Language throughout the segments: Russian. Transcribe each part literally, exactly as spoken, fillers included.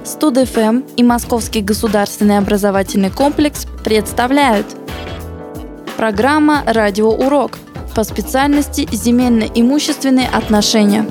Студ-эф эм и Московский государственный образовательный комплекс представляют программа «Радиоурок» по специальности «Земельно-имущественные отношения».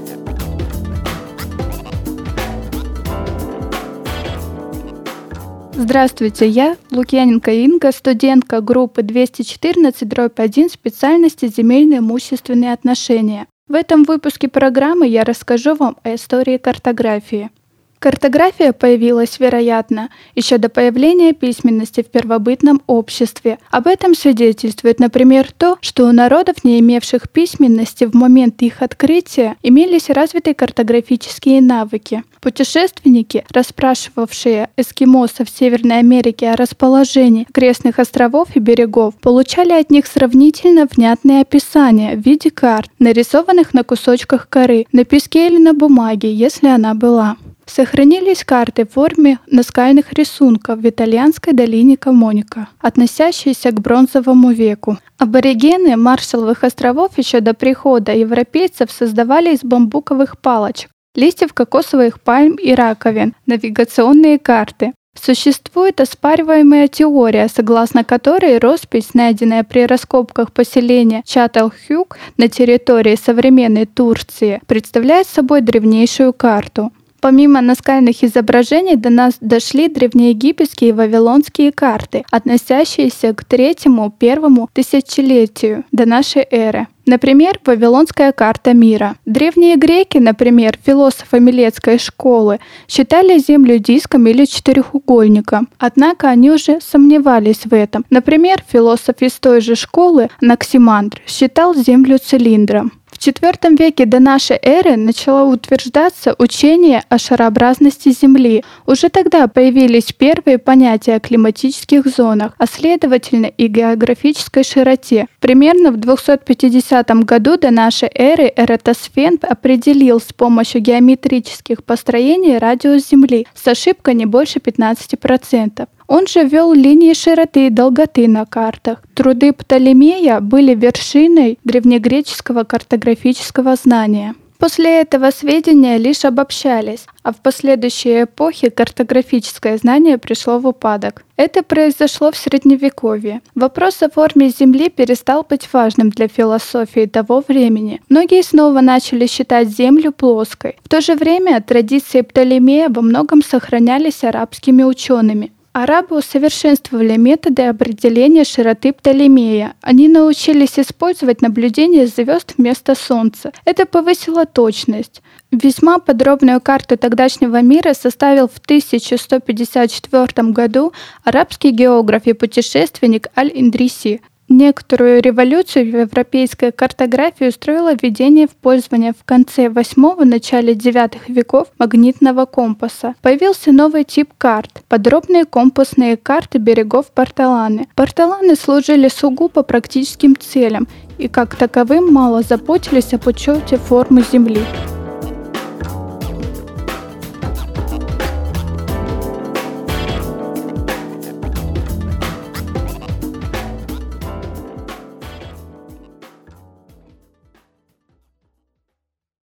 Здравствуйте, я Лукьяненко Инга, студентка группы двести четырнадцать дробь один специальности «Земельно-имущественные отношения». В этом выпуске программы я расскажу вам о истории картографии. Картография появилась, вероятно, еще до появления письменности в первобытном обществе. Об этом свидетельствует, например, то, что у народов, не имевших письменности в момент их открытия, имелись развитые картографические навыки. Путешественники, расспрашивавшие эскимосов Северной Америки о расположении окрестных островов и берегов, получали от них сравнительно внятные описания в виде карт, нарисованных на кусочках коры, на песке или на бумаге, если она была. Сохранились карты в форме наскальных рисунков в итальянской долине Камоника, относящиеся к бронзовому веку. Аборигены Маршалловых островов еще до прихода европейцев создавали из бамбуковых палочек, листьев кокосовых пальм и раковин навигационные карты. Существует оспариваемая теория, согласно которой роспись, найденная при раскопках поселения Чаталхюк на территории современной Турции, представляет собой древнейшую карту. Помимо наскальных изображений до нас дошли древнеегипетские и вавилонские карты, относящиеся к третьему-первому тысячелетию до нашей эры. Например, Вавилонская карта мира. Древние греки, например, философы Милетской школы, считали Землю диском или четырехугольником. Однако они уже сомневались в этом. Например, философ из той же школы Анаксимандр считал Землю цилиндром. В четвёртом веке до нашей эры начало утверждаться учение о шарообразности Земли. Уже тогда появились первые понятия о климатических зонах, а следовательно и географической широте. Примерно в двухсот пятидесятом году до нашей эры Эратосфен определил с помощью геометрических построений радиус Земли с ошибкой не больше пятнадцати процентов. Он же ввел линии широты и долготы на картах. Труды Птолемея были вершиной древнегреческого картографического знания. После этого сведения лишь обобщались, а в последующие эпохи картографическое знание пришло в упадок. Это произошло в Средневековье. Вопрос о форме Земли перестал быть важным для философии того времени. Многие снова начали считать Землю плоской. В то же время традиции Птолемея во многом сохранялись арабскими учеными. Арабы усовершенствовали методы определения широты Птолемея. Они научились использовать наблюдение звезд вместо Солнца. Это повысило точность. Весьма подробную карту тогдашнего мира составил в тысяча сто пятьдесят четвёртом году арабский географ и путешественник Аль-Индриси. Некоторую революцию в европейской картографии устроило введение в пользование в конце восьмого – начале девятых веков магнитного компаса. Появился новый тип карт – подробные компасные карты берегов порталаны. Порталаны служили сугубо практическим целям и как таковым мало заботились об учете формы Земли.